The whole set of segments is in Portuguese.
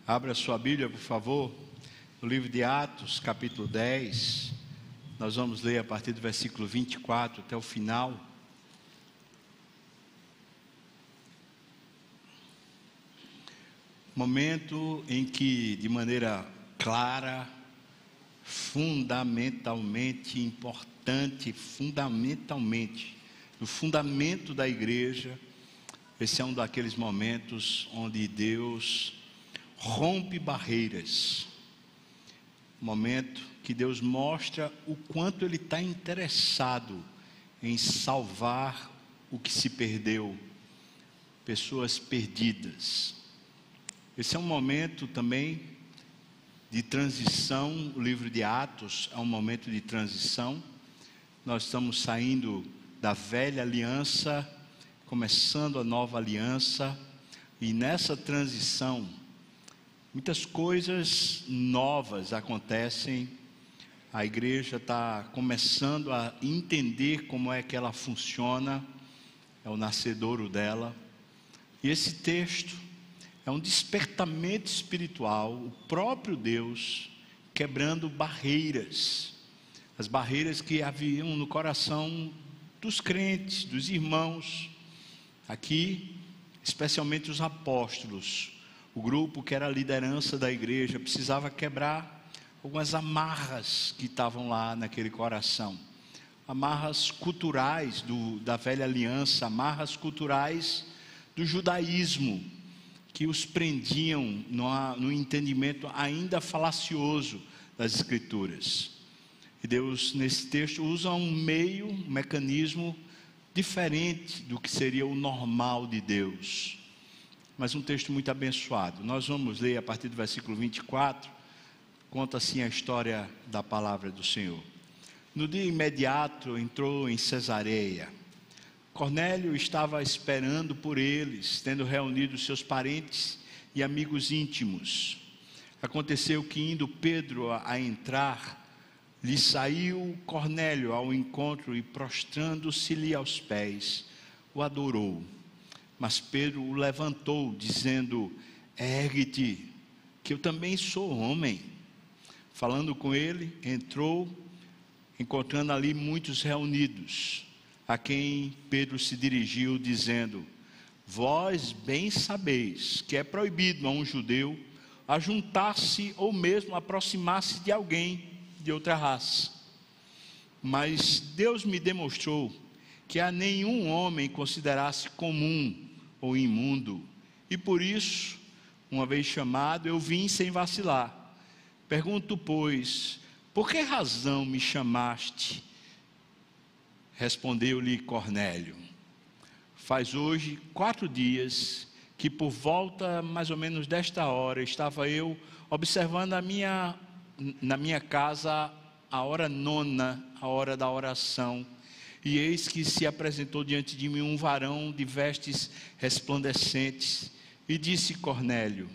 Abra sua Bíblia, por favor, no livro de Atos, capítulo 10. Nós vamos ler a partir do versículo 24 até o final. Momento em que, de maneira clara, fundamentalmente importante, no fundamento da igreja, esse é um daqueles momentos onde Deus rompe barreiras. Momento que Deus mostra o quanto Ele está interessado em salvar o que se perdeu, pessoas perdidas. Esse é um momento também de transição. O livro de Atos é um momento de transição. Nós estamos saindo da velha aliança, começando a nova aliança, e nessa transição muitas coisas novas acontecem. A igreja está começando a entender como é que ela funciona, é o nascedouro dela. E esse texto é um despertamento espiritual, o próprio Deus quebrando barreiras, as barreiras que haviam no coração dos crentes, dos irmãos, aqui, especialmente os apóstolos. O grupo que era a liderança da igreja precisava quebrar algumas amarras que estavam lá naquele coração, amarras culturais da velha aliança, amarras culturais do judaísmo, que os prendiam no entendimento ainda falacioso das Escrituras. E Deus, nesse texto, usa um mecanismo diferente do que seria o normal de Deus, mas um texto muito abençoado. Nós vamos ler a partir do versículo 24, conta assim a história da palavra do Senhor. No dia imediato entrou em Cesareia. Cornélio estava esperando por eles, tendo reunido seus parentes e amigos íntimos. Aconteceu que, indo Pedro a entrar, lhe saiu Cornélio ao encontro e, prostrando-se-lhe aos pés, o adorou. Mas Pedro o levantou, dizendo: ergue-te, que eu também sou homem. Falando com ele, entrou, encontrando ali muitos reunidos, a quem Pedro se dirigiu, dizendo: vós bem sabeis que é proibido a um judeu ajuntar-se ou mesmo aproximar-se de alguém de outra raça. Mas Deus me demonstrou que a nenhum homem considerasse comum ou imundo, e por isso, uma vez chamado, eu vim sem vacilar. Pergunto, pois, por que razão me chamaste? Respondeu-lhe Cornélio: faz hoje 4 dias que por volta mais ou menos desta hora estava eu observando na minha casa a hora 9, a hora da oração, e eis que se apresentou diante de mim um varão de vestes resplandecentes, e disse Cornélio,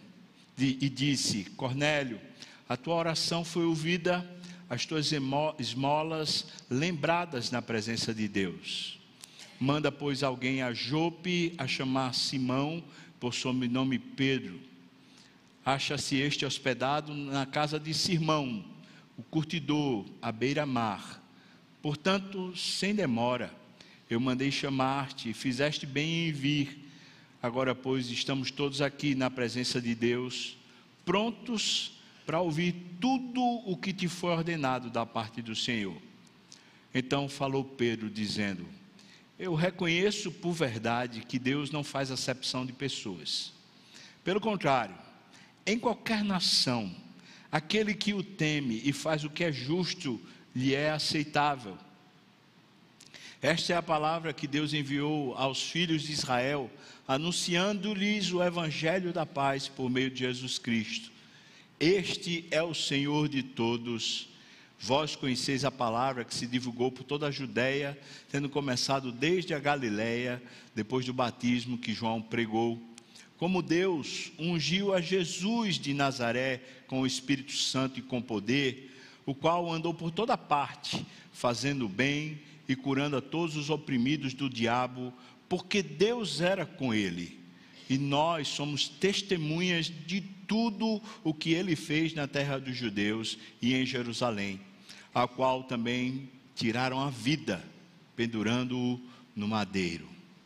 a tua oração foi ouvida, as tuas esmolas lembradas na presença de Deus. Manda, pois, alguém a Jope a chamar Simão, por sobrenome Pedro. Acha-se este hospedado na casa de Simão, o curtidor, à beira-mar. Portanto, sem demora, eu mandei chamar-te, e fizeste bem em vir. Agora, pois, estamos todos aqui na presença de Deus, prontos para ouvir tudo o que te foi ordenado da parte do Senhor. Então falou Pedro, dizendo: eu reconheço por verdade que Deus não faz acepção de pessoas. Pelo contrário, em qualquer nação, aquele que o teme e faz o que é justo, lhe é aceitável. Esta é a palavra que Deus enviou aos filhos de Israel, anunciando-lhes o evangelho da paz por meio de Jesus Cristo. Este é o Senhor de todos. Vós conheceis a palavra que se divulgou por toda a Judeia, tendo começado desde a Galileia, depois do batismo que João pregou. Como Deus ungiu a Jesus de Nazaré com o Espírito Santo e com poder, o qual andou por toda parte, fazendo o bem e curando a todos os oprimidos do diabo, porque Deus era com ele. E nós somos testemunhas de tudo o que ele fez na terra dos judeus e em Jerusalém, a qual também tiraram a vida, pendurando-o no madeiro.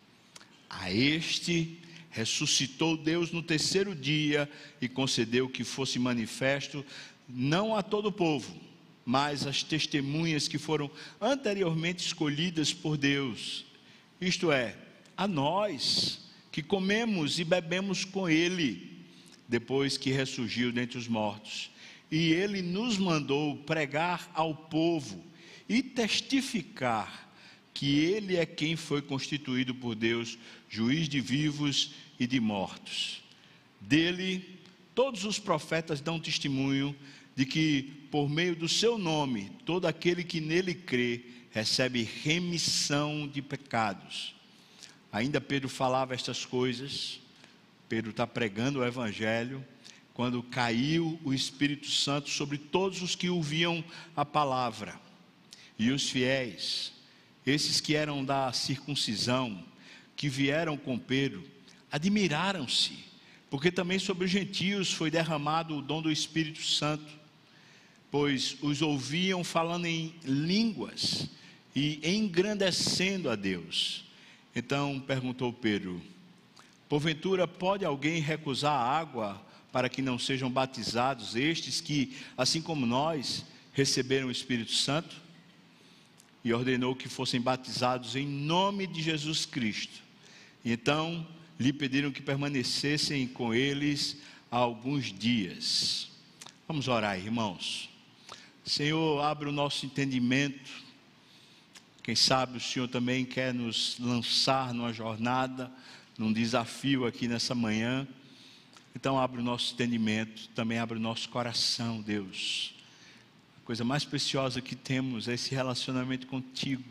A este ressuscitou Deus no terceiro dia e concedeu que fosse manifesto não a todo o povo, mas às testemunhas que foram anteriormente escolhidas por Deus, isto é, a nós que comemos e bebemos com ele, depois que ressurgiu dentre os mortos. E ele nos mandou pregar ao povo e testificar que ele é quem foi constituído por Deus, juiz de vivos e de mortos. Dele, todos os profetas dão testemunho de que, por meio do seu nome, todo aquele que nele crê, recebe remissão de pecados. Ainda Pedro falava estas coisas, Pedro está pregando o Evangelho, quando caiu o Espírito Santo sobre todos os que ouviam a palavra. E os fiéis, esses que eram da circuncisão, que vieram com Pedro, admiraram-se, porque também sobre os gentios foi derramado o dom do Espírito Santo, pois os ouviam falando em línguas e engrandecendo a Deus. Então perguntou Pedro: porventura pode alguém recusar a água para que não sejam batizados estes que, assim como nós, receberam o Espírito Santo? E ordenou que fossem batizados em nome de Jesus Cristo. E então lhe pediram que permanecessem com eles alguns dias. Vamos orar, irmãos. Senhor, abre o nosso entendimento. Quem sabe o Senhor também quer nos lançar numa jornada, num desafio aqui nessa manhã. Então abre o nosso entendimento, também abre o nosso coração, Deus. A coisa mais preciosa que temos é esse relacionamento contigo.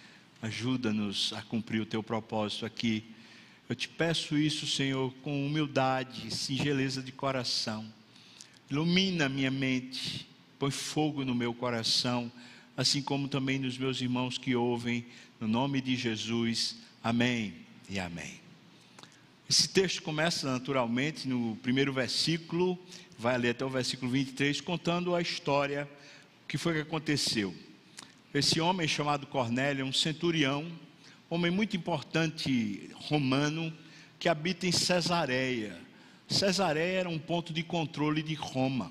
Ajuda-nos a cumprir o teu propósito aqui. Eu te peço isso, Senhor, com humildade e singeleza de coração. Ilumina a minha mente, põe fogo no meu coração, assim como também nos meus irmãos que ouvem, no nome de Jesus. Amém e amém. Esse texto começa naturalmente no primeiro versículo, vai ali até o versículo 23, contando a história, o que foi que aconteceu. Esse homem chamado Cornélio é um centurião, homem muito importante romano, que habita em Cesareia. Cesareia era um ponto de controle de Roma.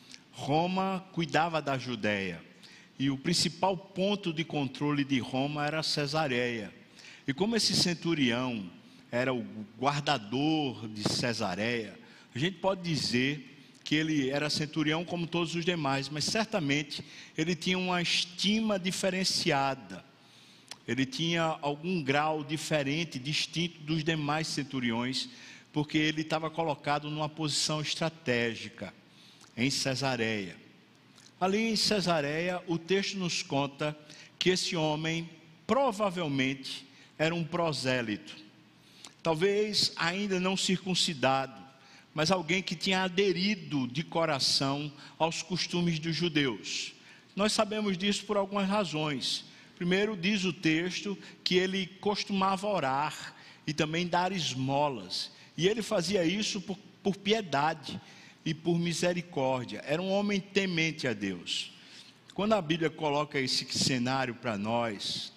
Roma cuidava da Judéia, e o principal ponto de controle de Roma era Cesareia. E como esse centurião era o guardador de Cesareia, a gente pode dizer que ele era centurião como todos os demais, mas certamente ele tinha uma estima diferenciada. Ele tinha algum grau diferente, distinto dos demais centuriões, porque ele estava colocado numa posição estratégica em Cesareia. Ali em Cesareia, o texto nos conta que esse homem provavelmente era um prosélito, talvez ainda não circuncidado, mas alguém que tinha aderido de coração aos costumes dos judeus. Nós sabemos disso por algumas razões. Primeiro, diz o texto que ele costumava orar e também dar esmolas, e ele fazia isso por piedade e por misericórdia. Era um homem temente a Deus. Quando a Bíblia coloca esse cenário para nós,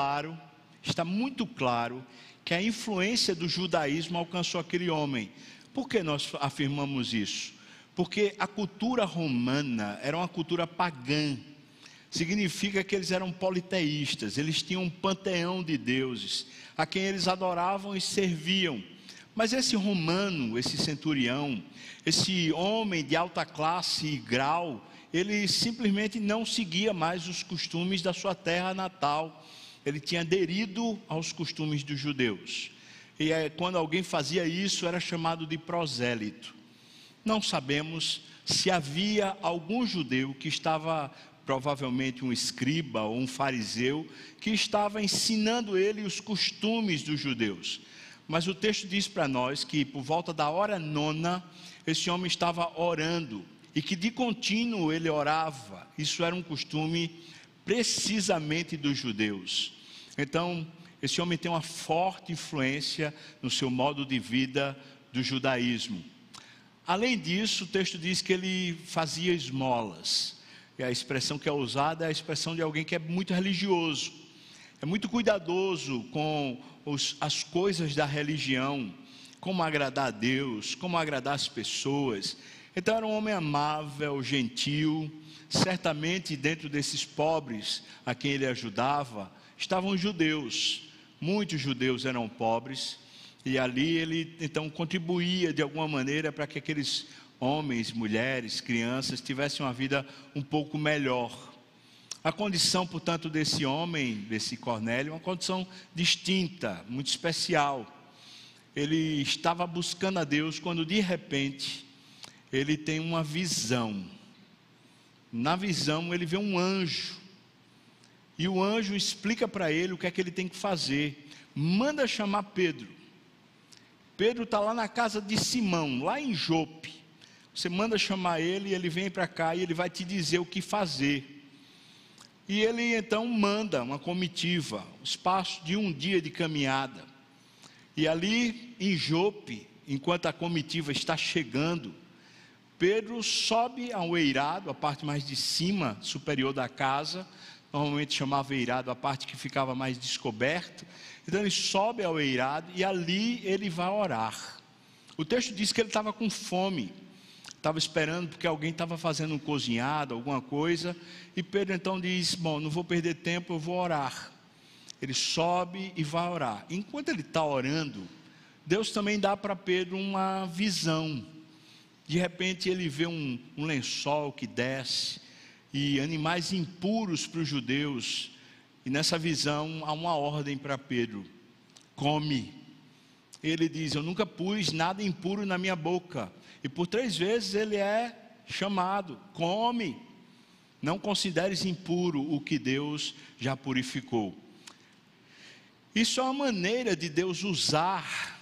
está muito claro que a influência do judaísmo alcançou aquele homem. Por que nós afirmamos isso? Porque a cultura romana era uma cultura pagã. Significa que eles eram politeístas, eles tinham um panteão de deuses, a quem eles adoravam e serviam. Mas esse romano, esse centurião, esse homem de alta classe e grau, ele simplesmente não seguia mais os costumes da sua terra natal. Ele tinha aderido aos costumes dos judeus. E quando alguém fazia isso, era chamado de prosélito. Não sabemos se havia algum judeu que estava, provavelmente um escriba ou um fariseu, que estava ensinando ele os costumes dos judeus. Mas o texto diz para nós que por volta da hora 9, esse homem estava orando, e que de contínuo ele orava. Isso era um costume precisamente dos judeus. Então, esse homem tem uma forte influência no seu modo de vida do judaísmo. Além disso, o texto diz que ele fazia esmolas. E a expressão que é usada é a expressão de alguém que é muito religioso, é muito cuidadoso com as coisas da religião, como agradar a Deus, como agradar as pessoas. Então era um homem amável, gentil. Certamente dentro desses pobres a quem ele ajudava, estavam judeus. Muitos judeus eram pobres, e ali ele então contribuía de alguma maneira para que aqueles homens, mulheres, crianças tivessem uma vida um pouco melhor. A condição, portanto, desse homem, desse Cornélio, é uma condição distinta, muito especial. Ele estava buscando a Deus quando de repente ele tem uma visão. Na visão ele vê um anjo, e o anjo explica para ele o que é que ele tem que fazer. Manda chamar Pedro. Pedro está lá na casa de Simão, lá em Jope. Você manda chamar ele, e ele vem para cá e ele vai te dizer o que fazer. E ele então manda uma comitiva, espaço de um dia de caminhada. E ali em Jope, enquanto a comitiva está chegando, Pedro sobe ao eirado, a parte mais de cima, superior da casa. Normalmente chamava eirado a parte que ficava mais descoberta. Então ele sobe ao eirado e ali ele vai orar. O texto diz que ele estava com fome, estava esperando porque alguém estava fazendo um cozinhado, alguma coisa. E Pedro então diz: bom, não vou perder tempo, eu vou orar. Ele sobe e vai orar. Enquanto ele está orando, Deus também dá para Pedro uma visão. De repente ele vê um lençol que desce, e animais impuros para os judeus. E nessa visão há uma ordem para Pedro: come. Ele diz: eu nunca pus nada impuro na minha boca. E por 3 vezes ele é chamado: come. Não consideres impuro o que Deus já purificou. Isso é uma maneira de Deus usar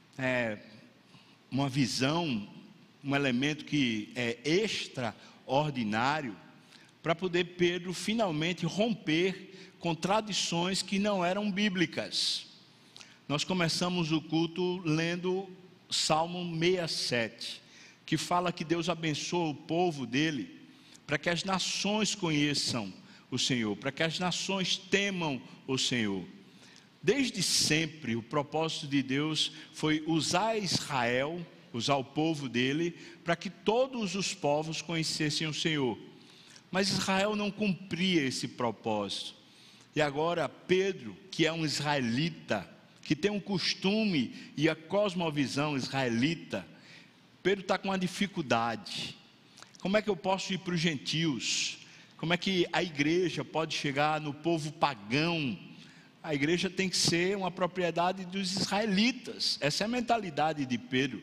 uma visão, um elemento que é extraordinário, para poder Pedro finalmente romper com tradições que não eram bíblicas. Nós começamos o culto lendo Salmo 67, que fala que Deus abençoa o povo dele, para que as nações conheçam o Senhor, para que as nações temam o Senhor. Desde sempre o propósito de Deus foi usar Israel, usar o povo dele, para que todos os povos conhecessem o Senhor. Mas Israel não cumpria esse propósito. E agora Pedro, que é um israelita, que tem um costume e a cosmovisão israelita, Pedro está com uma dificuldade. Como é que eu posso ir para os gentios? Como é que a igreja pode chegar no povo pagão? A igreja tem que ser uma propriedade dos israelitas. Essa é a mentalidade de Pedro.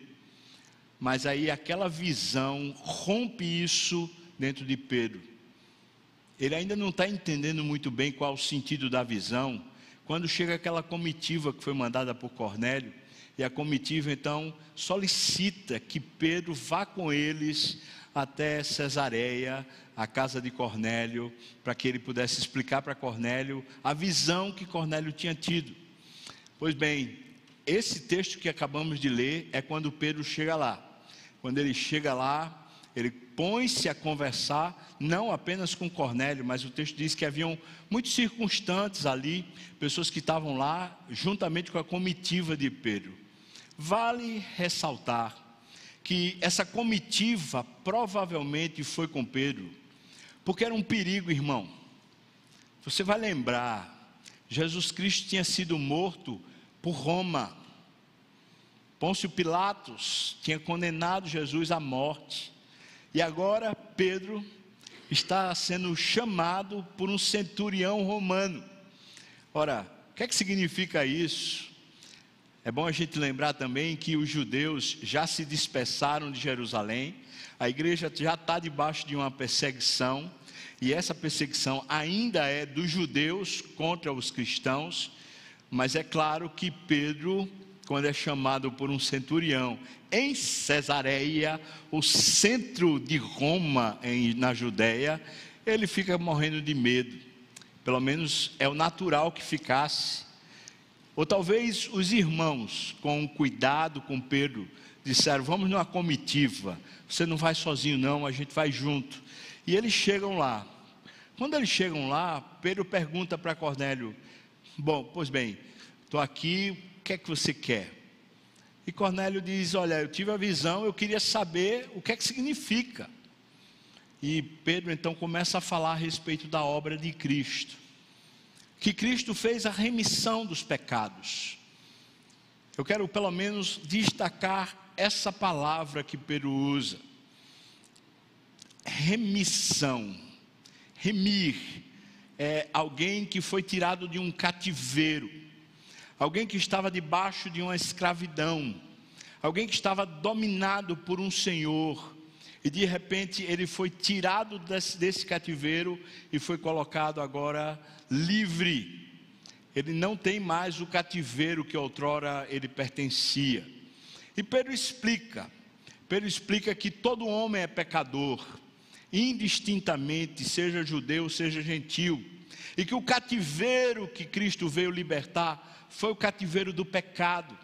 Mas aí aquela visão rompe isso dentro de Pedro. Ele ainda não está entendendo muito bem qual o sentido da visão, quando chega aquela comitiva que foi mandada por Cornélio, e a comitiva então solicita que Pedro vá com eles até Cesareia, a casa de Cornélio, para que ele pudesse explicar para Cornélio a visão que Cornélio tinha tido. Pois bem, esse texto que acabamos de ler é quando Pedro chega lá. Quando ele chega lá, ele põe-se a conversar, não apenas com Cornélio, mas o texto diz que haviam muitos circunstantes ali, pessoas que estavam lá, juntamente com a comitiva de Pedro. Vale ressaltar que essa comitiva provavelmente foi com Pedro, porque era um perigo, irmão. Você vai lembrar, Jesus Cristo tinha sido morto por Roma. Pôncio Pilatos tinha condenado Jesus à morte. E agora Pedro está sendo chamado por um centurião romano. Ora, o que é que significa isso? É bom a gente lembrar também que os judeus já se dispersaram de Jerusalém. A igreja já está debaixo de uma perseguição. E essa perseguição ainda é dos judeus contra os cristãos. Mas é claro que Pedro, quando é chamado por um centurião em Cesareia, o centro de Roma na Judéia, ele fica morrendo de medo. Pelo menos é o natural que ficasse. Ou talvez os irmãos, com cuidado com Pedro, disseram: vamos numa comitiva, você não vai sozinho não, a gente vai junto. E eles chegam lá. Quando eles chegam lá, Pedro pergunta para Cornélio: bom, pois bem, estou aqui, o que é que você quer? E Cornélio diz: olha, eu tive a visão, eu queria saber o que é que significa. E Pedro então começa a falar a respeito da obra de Cristo, que Cristo fez a remissão dos pecados. Eu quero pelo menos destacar essa palavra que Pedro usa: remissão. Remir é alguém que foi tirado de um cativeiro, alguém que estava debaixo de uma escravidão, alguém que estava dominado por um senhor, e de repente ele foi tirado desse cativeiro e foi colocado agora livre. Ele não tem mais o cativeiro que outrora ele pertencia. E Pedro explica que todo homem é pecador, indistintamente, seja judeu, seja gentil, e que o cativeiro que Cristo veio libertar foi o cativeiro do pecado.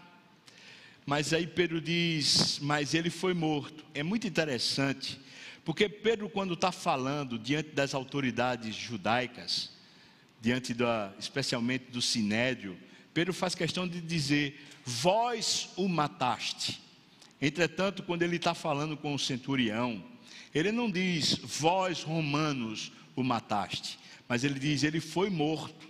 Mas aí Pedro diz: mas ele foi morto. É muito interessante, porque Pedro, quando está falando diante das autoridades judaicas, especialmente do Sinédrio, Pedro faz questão de dizer: vós o mataste. Entretanto, quando ele está falando com o centurião, ele não diz: vós romanos o mataste, mas ele diz: ele foi morto.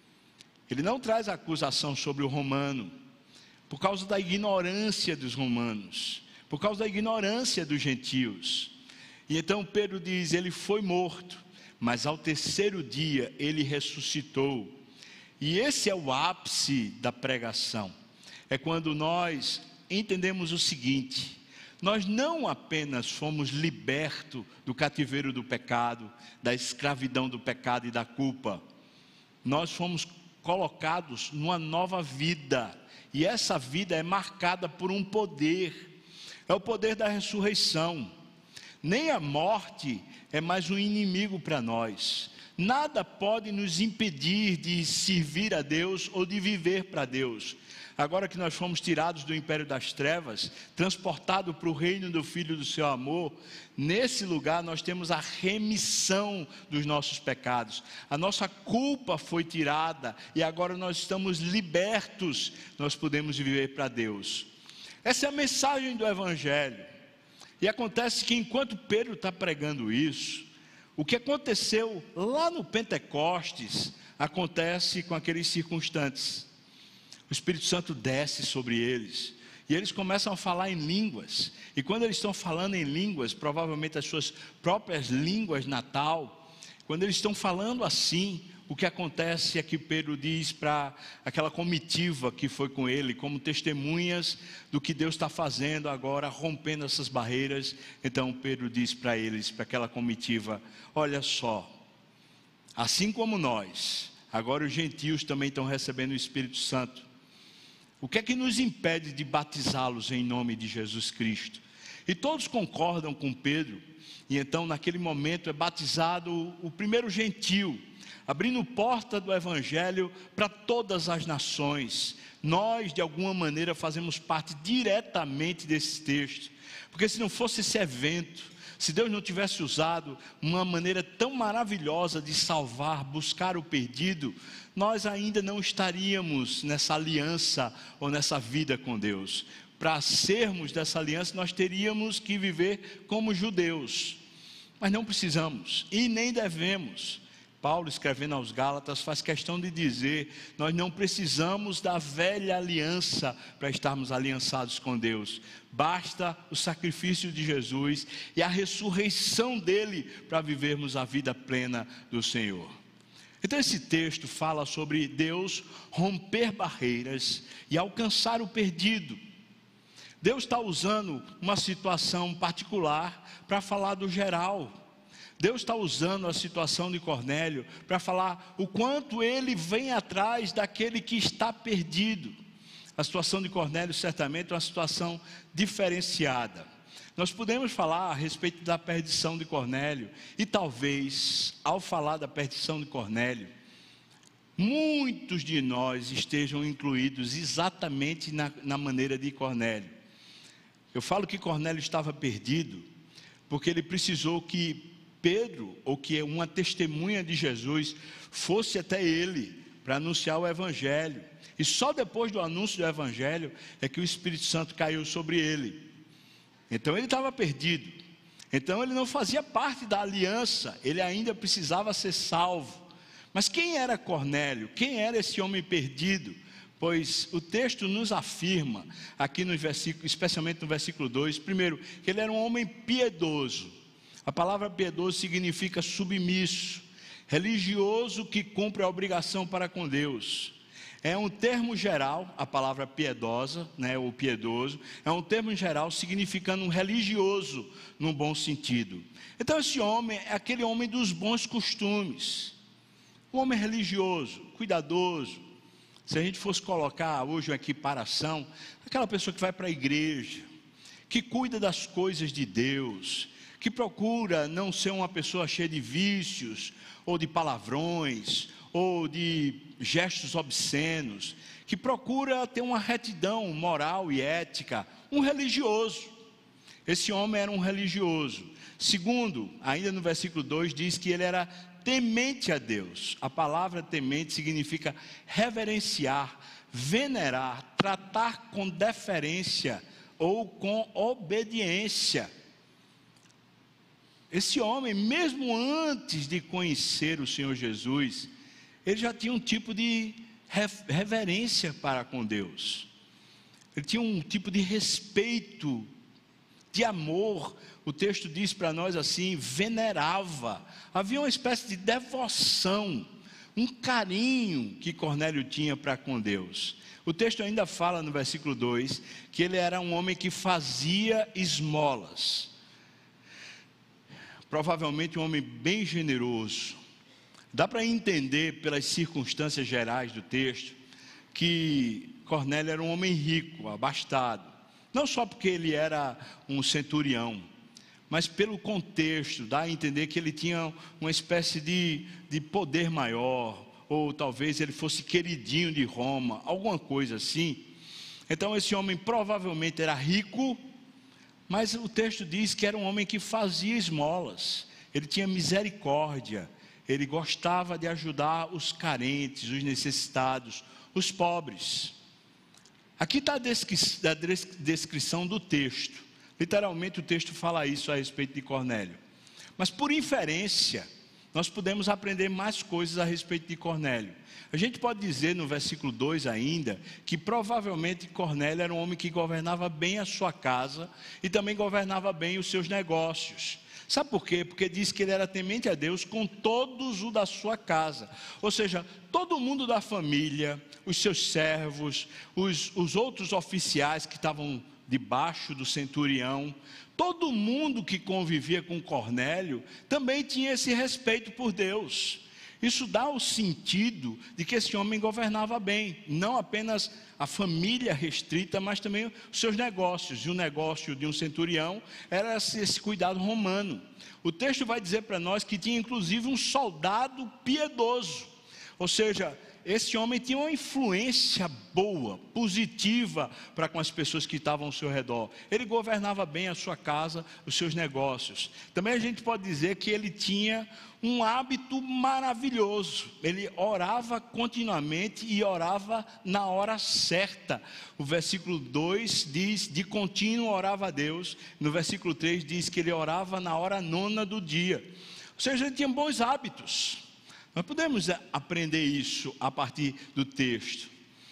Ele não traz acusação sobre o romano, por causa da ignorância dos romanos, por causa da ignorância dos gentios. E então Pedro diz: ele foi morto, mas ao terceiro dia ele ressuscitou. E esse é o ápice da pregação. É quando nós entendemos o seguinte: nós não apenas fomos libertos do cativeiro do pecado, da escravidão do pecado e da culpa, nós fomos colocados numa nova vida, e essa vida é marcada por um poder, é o poder da ressurreição. Nem a morte é mais um inimigo para nós. Nada pode nos impedir de servir a Deus ou de viver para Deus. Agora que nós fomos tirados do império das trevas, transportados para o reino do Filho do seu amor, nesse lugar nós temos a remissão dos nossos pecados. A nossa culpa foi tirada e agora nós estamos libertos, nós podemos viver para Deus. Essa é a mensagem do Evangelho. E acontece que enquanto Pedro está pregando isso, o que aconteceu lá no Pentecostes, acontece com aqueles circunstantes. O Espírito Santo desce sobre eles, e eles começam a falar em línguas, e quando eles estão falando em línguas, provavelmente as suas próprias línguas natal, quando eles estão falando assim, o que acontece é que Pedro diz para aquela comitiva que foi com ele, como testemunhas do que Deus está fazendo agora, rompendo essas barreiras. Então Pedro diz para eles, para aquela comitiva: olha só, assim como nós, agora os gentios também estão recebendo o Espírito Santo. O que é que nos impede de batizá-los em nome de Jesus Cristo? E todos concordam com Pedro, e então naquele momento é batizado o primeiro gentio, abrindo porta do Evangelho para todas as nações. Nós, de alguma maneira, fazemos parte diretamente desse texto, porque se não fosse esse evento, se Deus não tivesse usado uma maneira tão maravilhosa de salvar, buscar o perdido, nós ainda não estaríamos nessa aliança ou nessa vida com Deus. Para sermos dessa aliança, nós teríamos que viver como judeus, mas não precisamos e nem devemos. Paulo, escrevendo aos Gálatas, faz questão de dizer: nós não precisamos da velha aliança para estarmos aliançados com Deus. Basta o sacrifício de Jesus e a ressurreição dele para vivermos a vida plena do Senhor. Então esse texto fala sobre Deus romper barreiras e alcançar o perdido. Deus está usando uma situação particular para falar do geral. Deus está usando a situação de Cornélio para falar o quanto ele vem atrás daquele que está perdido. A situação de Cornélio certamente é uma situação diferenciada. Nós podemos falar a respeito da perdição de Cornélio, e talvez, ao falar da perdição de Cornélio, muitos de nós estejam incluídos exatamente na maneira de Cornélio. Eu falo que Cornélio estava perdido, porque ele precisou que Pedro, ou que uma testemunha de Jesus, fosse até ele para anunciar o Evangelho. E só depois do anúncio do Evangelho é que o Espírito Santo caiu sobre ele. Então ele estava perdido. Então ele não fazia parte da aliança, ele ainda precisava ser salvo. Mas quem era Cornélio? Quem era esse homem perdido? Pois o texto nos afirma, aqui no versículo, especialmente no versículo 2, primeiro, que ele era um homem piedoso. A palavra piedoso significa submisso, religioso que cumpre a obrigação para com Deus. É um termo geral, a palavra piedosa, ou piedoso, é um termo geral significando um religioso, num bom sentido. Então esse homem é aquele homem dos bons costumes, um homem religioso, cuidadoso. Se a gente fosse colocar hoje uma equiparação, aquela pessoa que vai para a igreja, que cuida das coisas de Deus, que procura não ser uma pessoa cheia de vícios, ou de palavrões, ou de gestos obscenos, que procura ter uma retidão moral e ética, um religioso. Esse homem era um religioso. Segundo, ainda no versículo 2 diz que ele era temente a Deus. A palavra temente significa reverenciar, venerar, tratar com deferência ou com obediência. Esse homem, mesmo antes de conhecer o Senhor Jesus, ele já tinha um tipo de reverência para com Deus. Ele tinha um tipo de respeito, de amor. O texto diz para nós assim, venerava. Havia uma espécie de devoção, um carinho que Cornélio tinha para com Deus. O texto ainda fala no versículo 2, que ele era um homem que fazia esmolas. Provavelmente um homem bem generoso. Dá para entender pelas circunstâncias gerais do texto, que Cornélio era um homem rico, abastado. Não só porque ele era um centurião, mas pelo contexto, dá a entender que ele tinha uma espécie de poder maior, ou talvez ele fosse queridinho de Roma, alguma coisa assim. Então esse homem provavelmente era rico, mas o texto diz que era um homem que fazia esmolas, ele tinha misericórdia, ele gostava de ajudar os carentes, os necessitados, os pobres. Aqui está a descrição do texto. Literalmente o texto fala isso a respeito de Cornélio. Mas por inferência, nós podemos aprender mais coisas a respeito de Cornélio. A gente pode dizer no versículo 2 ainda, que provavelmente Cornélio era um homem que governava bem a sua casa e também governava bem os seus negócios. Sabe por quê? Porque diz que ele era temente a Deus com todos o da sua casa. Ou seja, todo mundo da família, os seus servos, os outros oficiais que estavam debaixo do centurião, todo mundo que convivia com Cornélio também tinha esse respeito por Deus. Isso dá o sentido de que esse homem governava bem, não apenas a família restrita, mas também os seus negócios. E o negócio de um centurião era esse cuidado romano. O texto vai dizer para nós que tinha inclusive um soldado piedoso, ou seja, esse homem tinha uma influência boa, positiva para com as pessoas que estavam ao seu redor. Ele governava bem a sua casa, os seus negócios. Também a gente pode dizer que ele tinha um hábito maravilhoso. Ele orava continuamente e orava na hora certa. O versículo 2 diz, de contínuo orava a Deus. No versículo 3 diz que ele orava na hora 9ª do dia. Ou seja, ele tinha bons hábitos. Nós podemos aprender isso a partir do texto.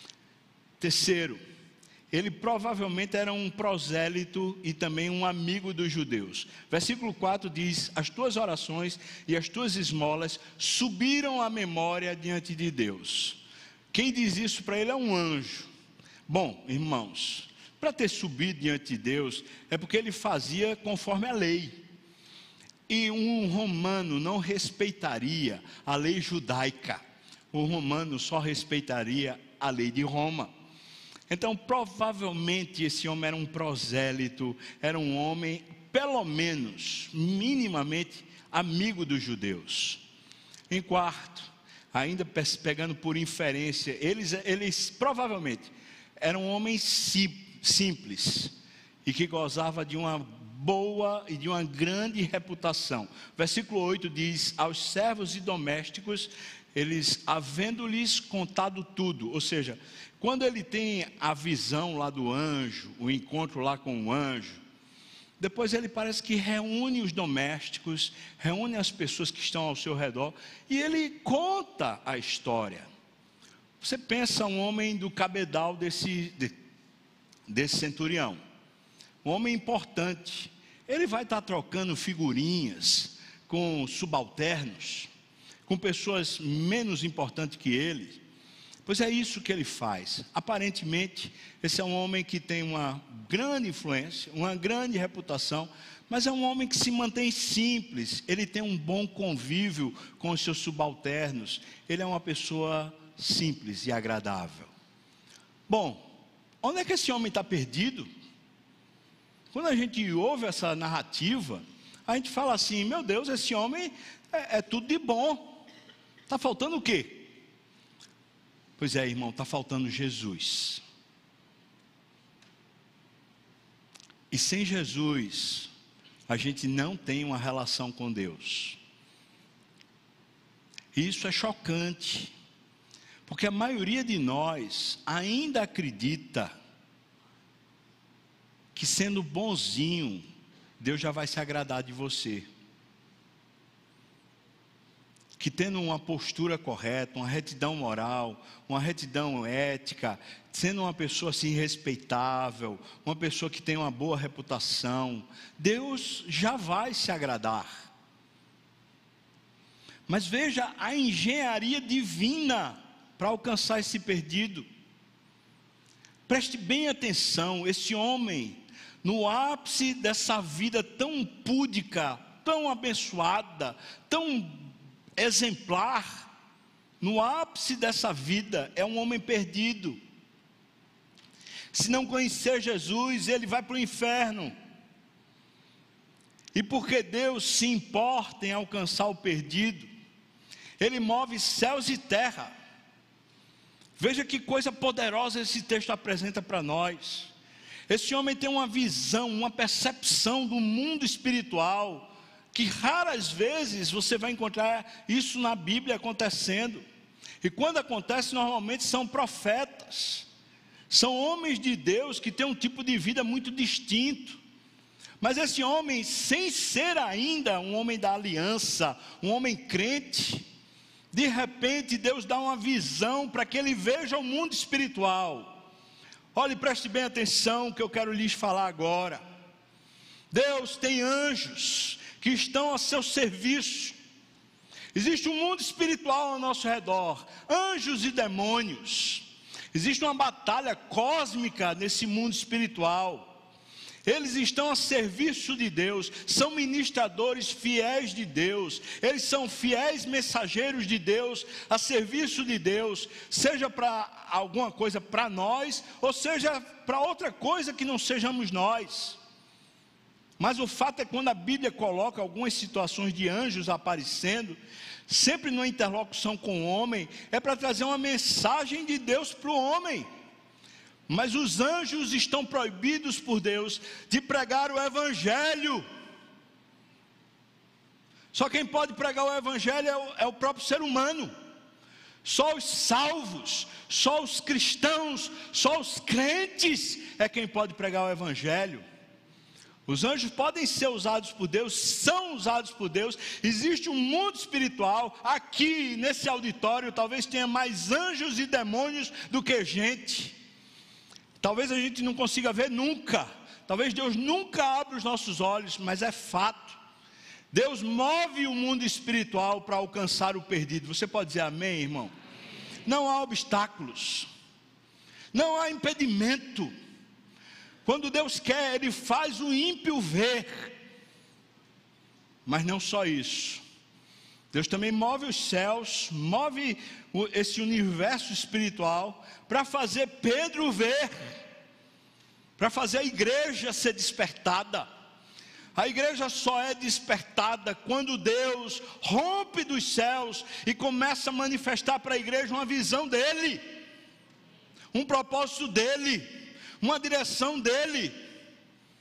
Terceiro, ele provavelmente era um prosélito e também um amigo dos judeus. Versículo 4 diz, as tuas orações e as tuas esmolas subiram à memória diante de Deus. Quem diz isso para ele é um anjo. Bom, irmãos, para ter subido diante de Deus, é porque ele fazia conforme a lei. E um romano não respeitaria a lei judaica. O romano só respeitaria a lei de Roma. Então, provavelmente, esse homem era um prosélito, era um homem, pelo menos, minimamente, amigo dos judeus. Em quarto, ainda pegando por inferência, eles provavelmente eram homens simples. e que gozava de uma boa e de uma grande reputação. Versículo 8 diz: aos servos e domésticos, eles havendo-lhes contado tudo. Ou seja, quando ele tem a visão lá do anjo, o encontro lá com o anjo, depois ele parece que reúne os domésticos, reúne as pessoas que estão ao seu redor, e ele conta a história. Você pensa um homem do cabedal desse centurião, um homem importante. Ele vai estar trocando figurinhas com subalternos, com pessoas menos importantes que ele. Pois é isso que ele faz. Aparentemente, esse é um homem que tem uma grande influência, uma grande reputação, mas é um homem que se mantém simples. Ele tem um bom convívio com os seus subalternos. Ele é uma pessoa simples e agradável. Bom, onde é que esse homem está perdido? Quando a gente ouve essa narrativa, a gente fala assim: meu Deus, esse homem é tudo de bom. Está faltando o quê? Pois é, irmão, está faltando Jesus. E sem Jesus, a gente não tem uma relação com Deus. E isso é chocante, porque a maioria de nós ainda acredita que sendo bonzinho, Deus já vai se agradar de você. Que tendo uma postura correta, uma retidão moral, uma retidão ética, sendo uma pessoa assim respeitável, uma pessoa que tem uma boa reputação, Deus já vai se agradar. Mas veja a engenharia divina para alcançar esse perdido. Preste bem atenção, esse homem, no ápice dessa vida tão púdica, tão abençoada, tão exemplar, no ápice dessa vida, é um homem perdido. Se não conhecer Jesus, ele vai para o inferno. E porque Deus se importa em alcançar o perdido, ele move céus e terra. Veja que coisa poderosa esse texto apresenta para nós. Esse homem tem uma visão, uma percepção do mundo espiritual, que raras vezes você vai encontrar isso na Bíblia acontecendo. E quando acontece, normalmente são profetas, são homens de Deus que têm um tipo de vida muito distinto. Mas esse homem, sem ser ainda um homem da aliança, um homem crente, de repente Deus dá uma visão para que ele veja o mundo espiritual. Olhe, preste bem atenção que eu quero lhes falar agora. Deus tem anjos que estão a seu serviço. Existe um mundo espiritual ao nosso redor, anjos e demônios. Existe uma batalha cósmica nesse mundo espiritual. Eles estão a serviço de Deus, são ministradores fiéis de Deus, eles são fiéis mensageiros de Deus, a serviço de Deus, seja para alguma coisa para nós, ou seja para outra coisa que não sejamos nós. Mas o fato é que quando a Bíblia coloca algumas situações de anjos aparecendo, sempre numa interlocução com o homem, é para trazer uma mensagem de Deus para o homem. Mas os anjos estão proibidos por Deus de pregar o Evangelho. Só quem pode pregar o Evangelho é o próprio ser humano. Só os salvos, só os cristãos, só os crentes é quem pode pregar o Evangelho. Os anjos podem ser usados por Deus, são usados por Deus. Existe um mundo espiritual. Aqui nesse auditório talvez tenha mais anjos e demônios do que gente. Talvez a gente não consiga ver nunca, talvez Deus nunca abra os nossos olhos, mas é fato. Deus move o mundo espiritual para alcançar o perdido. Você pode dizer amém, irmão? Não há obstáculos, não há impedimento. Quando Deus quer, Ele faz o ímpio ver. Mas não só isso, Deus também move os céus, move esse universo espiritual para fazer Pedro ver, para fazer a igreja ser despertada. A igreja só é despertada quando Deus rompe dos céus e começa a manifestar para a igreja uma visão dEle, um propósito dEle, uma direção dEle.